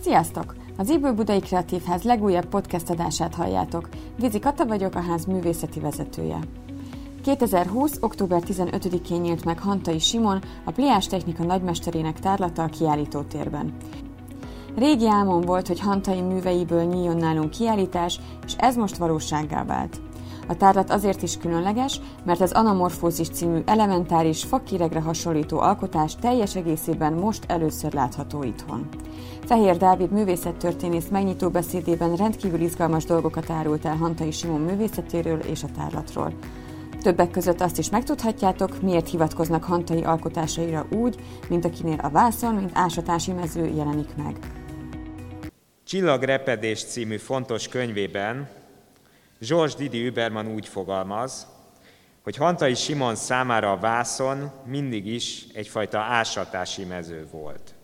Sziasztok! Az Éből Budai Kreatív Ház legújabb podcast adását halljátok. Vizi Kata vagyok, a ház művészeti vezetője. 2020. október 15-én nyílt meg Hantai Simon, a pliás technika nagymesterének tárlata a kiállítótérben. Régi álmom volt, hogy Hantai műveiből nyíljon nálunk kiállítás, és ez most valósággá vált. A tárlat azért is különleges, mert az Anamorfózis című elementáris, fakiregre hasonlító alkotás teljes egészében most először látható itthon. Fehér Dávid művészettörténész megnyitó beszédében rendkívül izgalmas dolgokat árult el Hantai Simon művészetéről és a tárlatról. Többek között azt is megtudhatjátok, miért hivatkoznak Hantai alkotásaira úgy, mint akinél a vászon, mint ásatási mező jelenik meg. Csillagrepedés című fontos könyvében Georges Didi Überman úgy fogalmaz, hogy Hantai Simon számára a vászon mindig is egyfajta ásatási mező volt.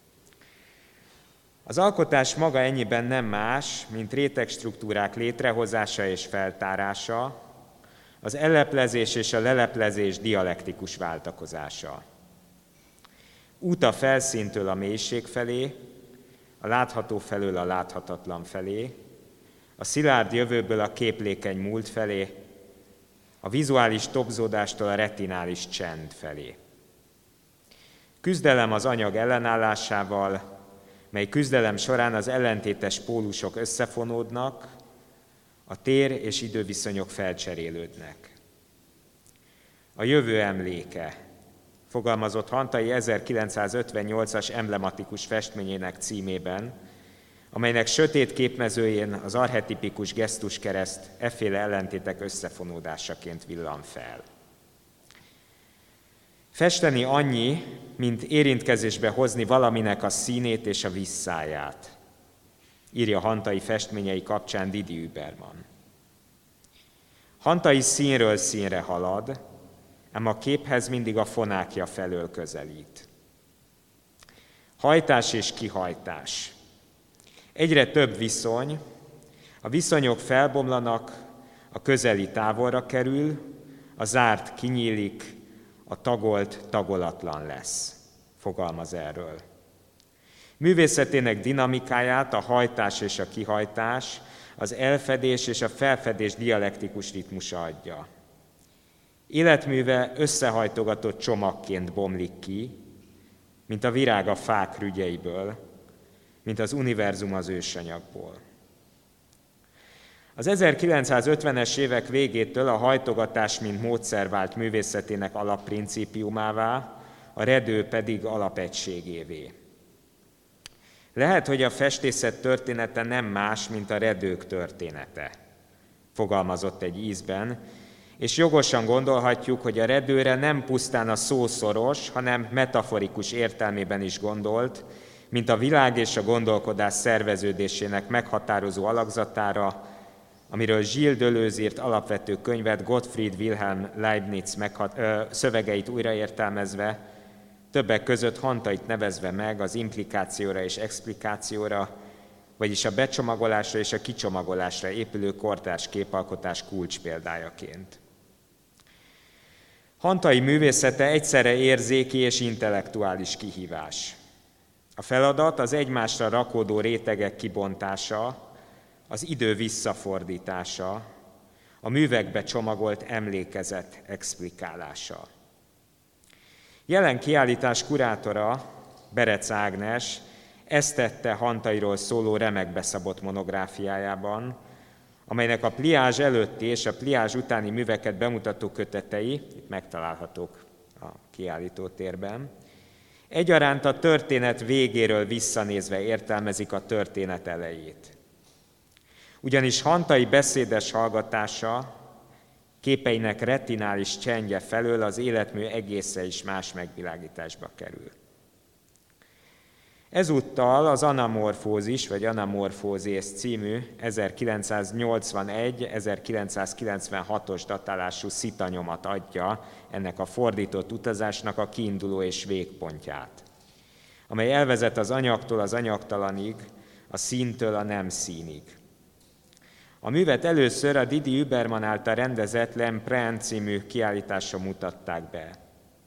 Az alkotás maga ennyiben nem más, mint rétegstruktúrák létrehozása és feltárása, az elleplezés és a leleplezés dialektikus váltakozása. Út a felszíntől a mélység felé, a látható felől a láthatatlan felé, a szilárd jövőből a képlékeny múlt felé, a vizuális tobzódástól a retinális csend felé. Küzdelem az anyag ellenállásával, mely küzdelem során az ellentétes pólusok összefonódnak, a tér és időviszonyok felcserélődnek. A jövő emléke, fogalmazott Hantai 1958-as emblematikus festményének címében, amelynek sötét képmezőjén az archetipikus gesztuskereszt efféle ellentétek összefonódásaként villan fel. Festeni annyi, mint érintkezésbe hozni valaminek a színét és a visszáját, írja Hantai festményei kapcsán Didi Überman. Hantai színről színre halad, ám a képhez mindig a fonákja felől közelít. Hajtás és kihajtás. Egyre több viszony, a viszonyok felbomlanak, a közeli távolra kerül, a zárt kinyílik, a tagolt tagolatlan lesz, fogalmaz erről. Művészetének dinamikáját a hajtás és a kihajtás, az elfedés és a felfedés dialektikus ritmusa adja. Életműve összehajtogatott csomagként bomlik ki, mint a virág a fák rügyeiből, mint az univerzum az ősanyagból. Az 1950-es évek végétől a hajtogatás mint módszer vált művészetének alapprincípiumává, a redő pedig alapegységévé. Lehet, hogy a festészet története nem más, mint a redők története, fogalmazott egy ízben, és jogosan gondolhatjuk, hogy a redőre nem pusztán a szó szoros, hanem metaforikus értelmében is gondolt, mint a világ és a gondolkodás szerveződésének meghatározó alakzatára, amiről Gilles Deleuze írt alapvető könyvet Gottfried Wilhelm Leibniz szövegeit újraértelmezve, többek között Hantait nevezve meg az implikációra és explikációra, vagyis a becsomagolásra és a kicsomagolásra épülő kortárs képalkotás kulcspéldájaként. Hantai művészete egyszerre érzéki és intellektuális kihívás. A feladat az egymásra rakódó rétegek kibontása, az idő visszafordítása, a művekbe csomagolt emlékezet explikálása. Jelen kiállítás kurátora, Berec Ágnes ezt tette Hantairól szóló remekbe szabott monográfiájában, amelynek a pliázs előtti és a pliázs utáni műveket bemutató kötetei, itt megtalálhatók a kiállítótérben, egyaránt a történet végéről visszanézve értelmezik a történet elejét. Ugyanis Hantai beszédes hallgatása, képeinek retinális csendje felől az életmű egésze is más megvilágításba kerül. Ezúttal az Anamorfózis vagy Anamorfózis című 1981-1996-os datálású szitanyomat adja ennek a fordított utazásnak a kiinduló és végpontját, amely elvezet az anyagtól az anyagtalanig, a színtől a nem színig. A művet először a Didi Überman által rendezett L'Empreinte című kiállításon mutatták be.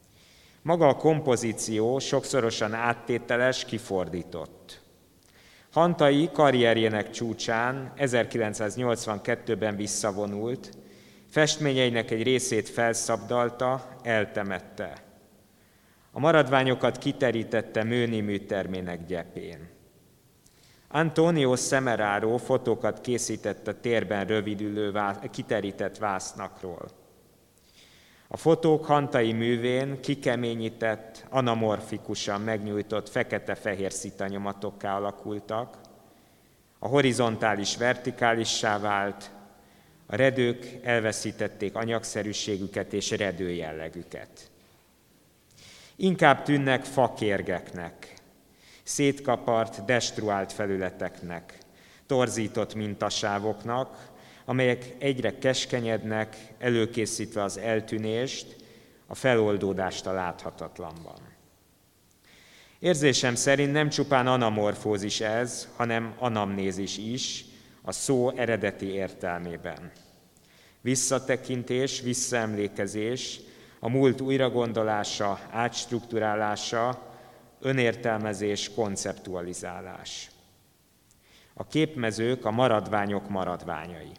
Maga a kompozíció sokszorosan áttételes, kifordított. Hantai karrierjének csúcsán 1982-ben visszavonult, festményeinek egy részét felszabdalta, eltemette. A maradványokat kiterítette Mőni műtermének gyepén. Antonio Semeraro fotókat készített a térben rövidülő kiterített vásznakról. A fotók Hantai művén kikeményített, anamorfikusan megnyújtott fekete-fehér szitanyomatokká alakultak, a horizontális vertikálissá vált, a redők elveszítették anyagszerűségüket és redő jellegüket. Inkább tűnnek fakérgeknek, szétkapart, destruált felületeknek, torzított mintasávoknak, amelyek egyre keskenyednek, előkészítve az eltűnést, a feloldódást a láthatatlanban. Érzésem szerint nem csupán anamorfózis ez, hanem anamnézis is, a szó eredeti értelmében. Visszatekintés, visszaemlékezés, a múlt újragondolása, átstrukturálása, önértelmezés, konceptualizálás. A képmezők a maradványok maradványai.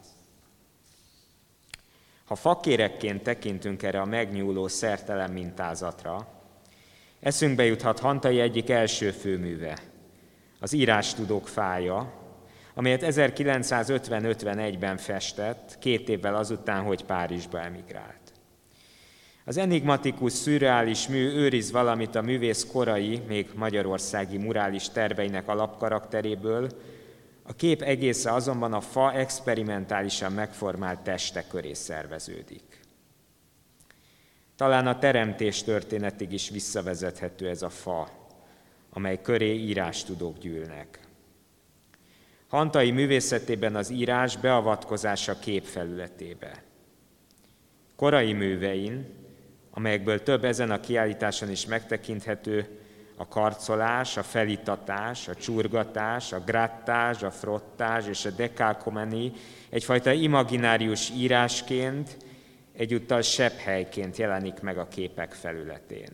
Ha fakérekként tekintünk erre a megnyúló szertelen mintázatra, eszünkbe juthat Hantai egyik első főműve, az Írástudók fája, amelyet 1950-51-ben festett, 2 évvel azután, hogy Párizsba emigrált. Az enigmatikus, szürreális mű őriz valamit a művész korai, még magyarországi murális terveinek alapkarakteréből, a kép egésze azonban a fa experimentálisan megformált teste köré szerveződik. Talán a teremtés történetig is visszavezethető ez a fa, amely köré írástudók gyűlnek. Hantai művészetében az írás beavatkozás a kép felületébe. Korai művein, amelyekből több ezen a kiállításon is megtekinthető, a karcolás, a felittatás, a csurgatás, a grattázs, a frottázs és a decalcomanie egyfajta imaginárius írásként, egyúttal sebhelyként jelenik meg a képek felületén.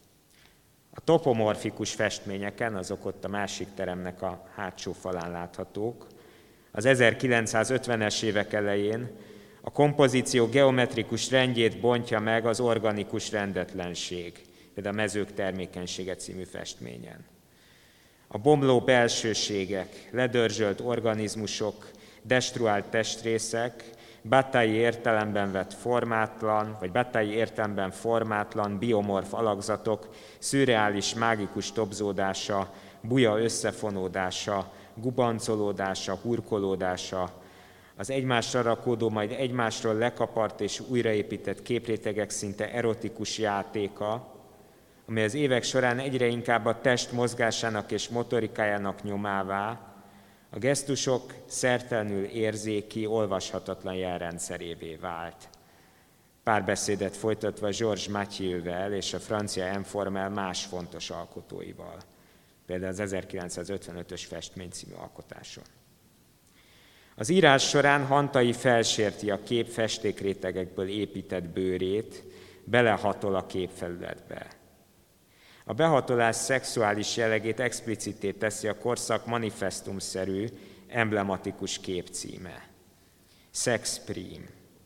A topomorfikus festményeken, azok ott a másik teremnek a hátsó falán láthatók, az 1950-es évek elején a kompozíció geometrikus rendjét bontja meg az organikus rendetlenség, például a Mezők termékenysége című festményen. A bomló belsőségek, ledörzsölt organizmusok, destruált testrészek, Bataille értelemben vett formátlan, vagy Bataille értelemben formátlan, biomorf alakzatok, szürreális, mágikus tobzódása, buja összefonódása, gubancolódása, hurkolódása, az egymásra rakódó, majd egymásról lekapart és újraépített képrétegek szinte erotikus játéka, amely az évek során egyre inkább a test mozgásának és motorikájának nyomává, a gesztusok szertelenül érzéki, olvashatatlan jelrendszerévé vált. Párbeszédet folytatva Georges Mathieuvel és a francia Informel más fontos alkotóival, például az 1955-ös Festmény című alkotáson. Az írás során Hantai felsérti a kép festékrétegekből épített bőrét, belehatol a képfelületbe. A behatolás szexuális jellegét explicitté teszi a korszak manifestumszerű, emblematikus képcíme. Sex Prime.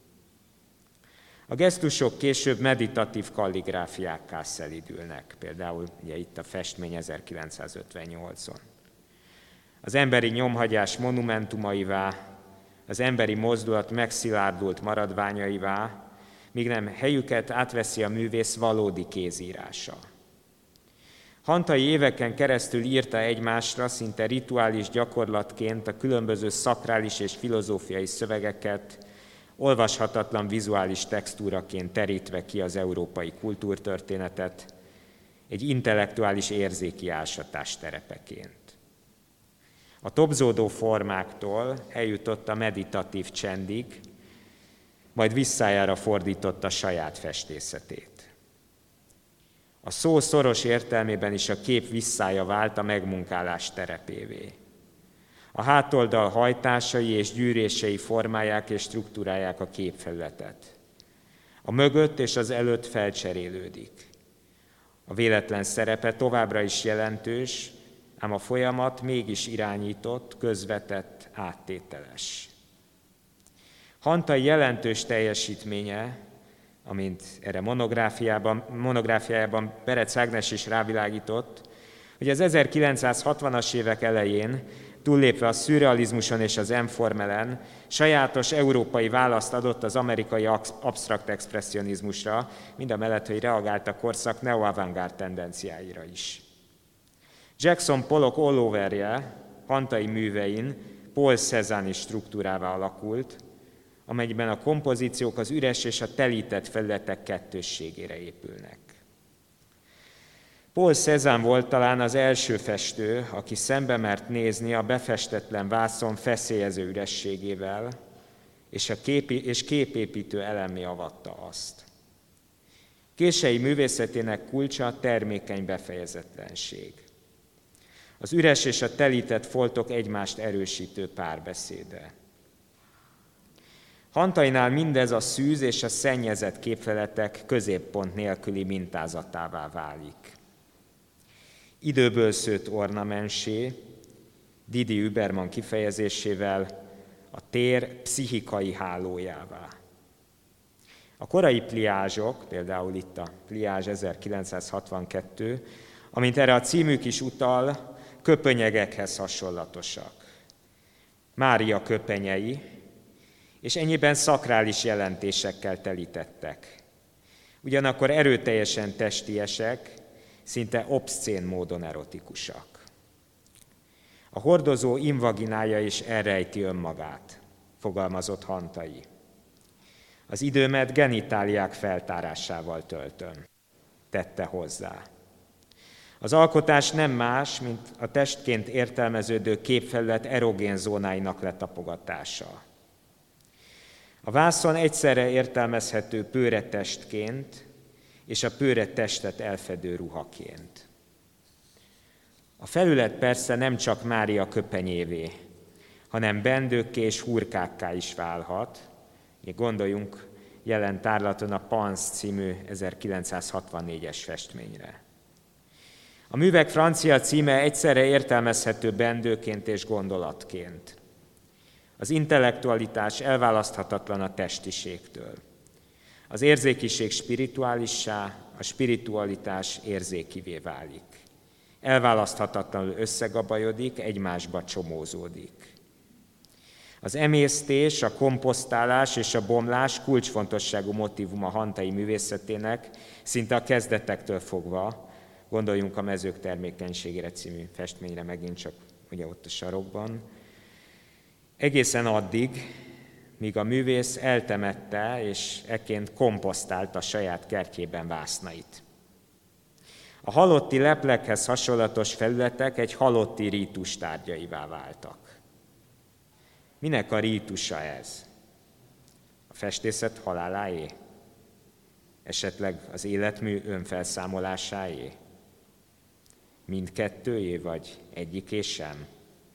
A gesztusok később meditatív kalligráfiákká szelídülnek, például ugye itt a festmény 1958-on. Az emberi nyomhagyás monumentumaivá, az emberi mozdulat megszilárdult maradványaivá, míg nem helyüket átveszi a művész valódi kézírása. Hantai éveken keresztül írta egymásra szinte rituális gyakorlatként a különböző szakrális és filozófiai szövegeket, olvashatatlan vizuális textúraként terítve ki az európai kultúrtörténetet, egy intellektuális érzéki ásatás terepeként. A tobzódó formáktól eljutott a meditatív csendig, majd visszájára fordította saját festészetét. A szó szoros értelmében is a kép visszája vált a megmunkálás terepévé. A hátoldal hajtásai és gyűrései formálják és struktúrálják a képfelületet. A mögött és az előtt felcserélődik. A véletlen szerepe továbbra is jelentős, ám a folyamat mégis irányított, közvetett, áttételes. Hantai jelentős teljesítménye, amint erre monográfiájában Perec Ágnes is rávilágított, hogy az 1960-as évek elején, túllépve a szürrealizmuson és az enformelen, sajátos európai választ adott az amerikai absztrakt expresszionizmusra, mindamellett, hogy reagált a korszak neo-avantgárd tendenciáira is. Jackson Pollock all-overje Hantai művein Paul Cézanne struktúrává alakult, amelyben a kompozíciók az üres és a telített felületek kettősségére épülnek. Paul Cézanne volt talán az első festő, aki szembe mert nézni a befestetlen vászon feszélyező ürességével, és képépítő elemmé avatta azt. Kései művészetének kulcsa a termékeny befejezetlenség. Az üres és a telített foltok egymást erősítő párbeszéde. Hantainál mindez a szűz és a szennyezett képfeletek középpont nélküli mintázatává válik. Időből szőtt ornamensé, Didi Überman kifejezésével a tér pszichikai hálójává. A korai pliázsok, például itt a pliázs 1962, amint erre a címük is utal, köpönyegekhez hasonlatosak. Mária köpenyei, és ennyiben szakrális jelentésekkel telítettek. Ugyanakkor erőteljesen testiesek, szinte obszcén módon erotikusak. A hordozó invaginája is elrejti önmagát, fogalmazott Hantai. Az időmet genitáliák feltárásával töltöm, tette hozzá. Az alkotás nem más, mint a testként értelmeződő képfelület erogén zónáinak letapogatása. A vászon egyszerre értelmezhető pőre testként és a pőre testet elfedő ruhaként. A felület persze nem csak Mária köpenyévé, hanem bendőkké és hurkákká is válhat. Gondoljunk jelen tárlaton a Pans című 1964-es festményre. A művek francia címe egyszerre értelmezhető bendőként és gondolatként. Az intellektualitás elválaszthatatlan a testiségtől. Az érzékiség spirituálissá, a spiritualitás érzékivé válik. Elválaszthatatlanul összegabajodik, egymásba csomózódik. Az emésztés, a komposztálás és a bomlás kulcsfontosságú motívum a hantai művészetének, szinte a kezdetektől fogva, gondoljunk a Mezők termékenységére című festményre megint csak ugye ott a sarokban, egészen addig, míg a művész eltemette és ekként komposztálta saját kertjében vásznait. A halotti leplekhez hasonlatos felületek egy halotti rítus tárgyaivá váltak. Minek a rítusa ez? A festészet haláláé? Esetleg az életmű önfelszámolásáé? Mindkettőjé, vagy egyiké sem?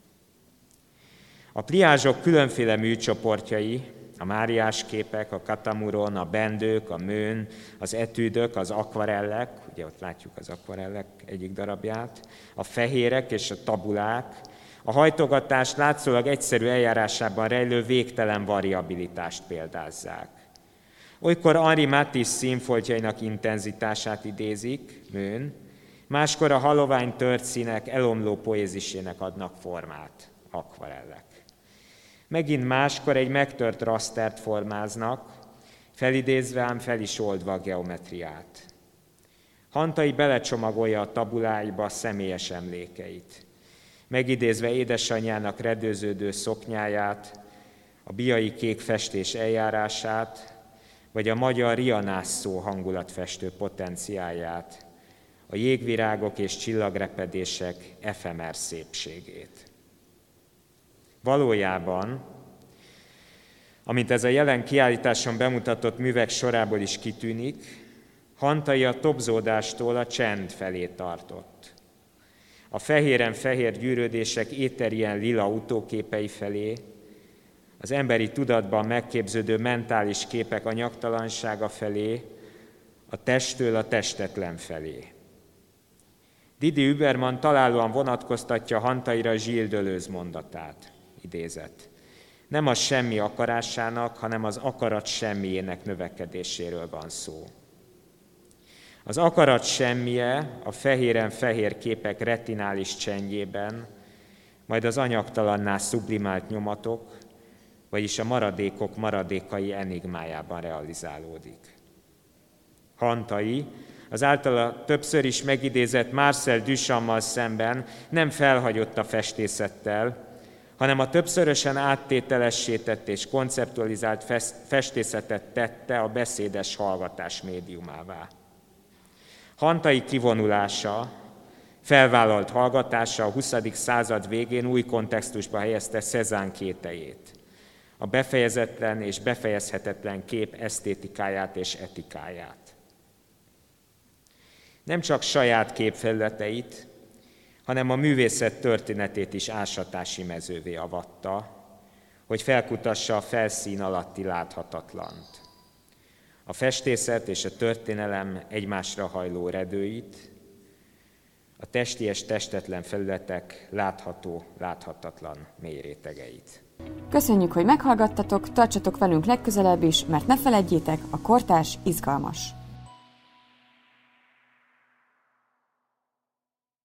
A pliázsok különféle műcsoportjai, a máriás képek, a katamuron, a bendők, a mőn, az etűdök, az akvarellek, ugye ott látjuk az akvarellek egyik darabját, a fehérek és a tabulák, a hajtogatás látszólag egyszerű eljárásában rejlő végtelen variabilitást példázzák. Olykor Henri Matisse színfoltjainak intenzitását idézik, mőn, máskor a halovány tört színek elomló poézisének adnak formát, akvarellek. Megint máskor egy megtört rasztert formáznak, felidézve ám fel is oldva a geometriát. Hantai belecsomagolja a tabuláiba személyes emlékeit, megidézve édesanyjának redőződő szoknyáját, a biai kék festés eljárását, vagy a magyar rianásszó hangulatfestő potenciáját, a jégvirágok és csillagrepedések efemer szépségét. Valójában, amint ez a jelen kiállításon bemutatott művek sorából is kitűnik, Hantai a tobzódástól a csend felé tartott. A fehéren fehér gyűrődések éterien lila utóképei felé, az emberi tudatban megképződő mentális képek anyagtalansága felé, a testtől a testetlen felé. Didi Überman találóan vonatkoztatja Hantaira Gilles Deleuze mondatát, idézet. Nem a semmi akarásának, hanem az akarat semmiének növekedéséről van szó. Az akarat semmije a fehéren-fehér képek retinális csendjében, majd az anyagtalanná sublimált nyomatok, vagyis a maradékok maradékai enigmájában realizálódik. Hantai az általa többször is megidézett Marcel Duchampmal szemben nem felhagyott a festészettel, hanem a többszörösen áttételessített és konceptualizált festészetet tette a beszédes hallgatás médiumává. Hantai kivonulása, felvállalt hallgatása a 20. század végén új kontextusba helyezte Cézanne kételyét, a befejezetlen és befejezhetetlen kép esztétikáját és etikáját. Nem csak saját képfelületeit, hanem a művészet történetét is ásatási mezővé avatta, hogy felkutassa a felszín alatti láthatatlant. A festészet és a történelem egymásra hajló redőit, a testies, testetlen felületek látható, láthatatlan mély rétegeit. Köszönjük, hogy meghallgattatok, tartsatok velünk legközelebb is, mert ne feledjétek, a kortárs izgalmas.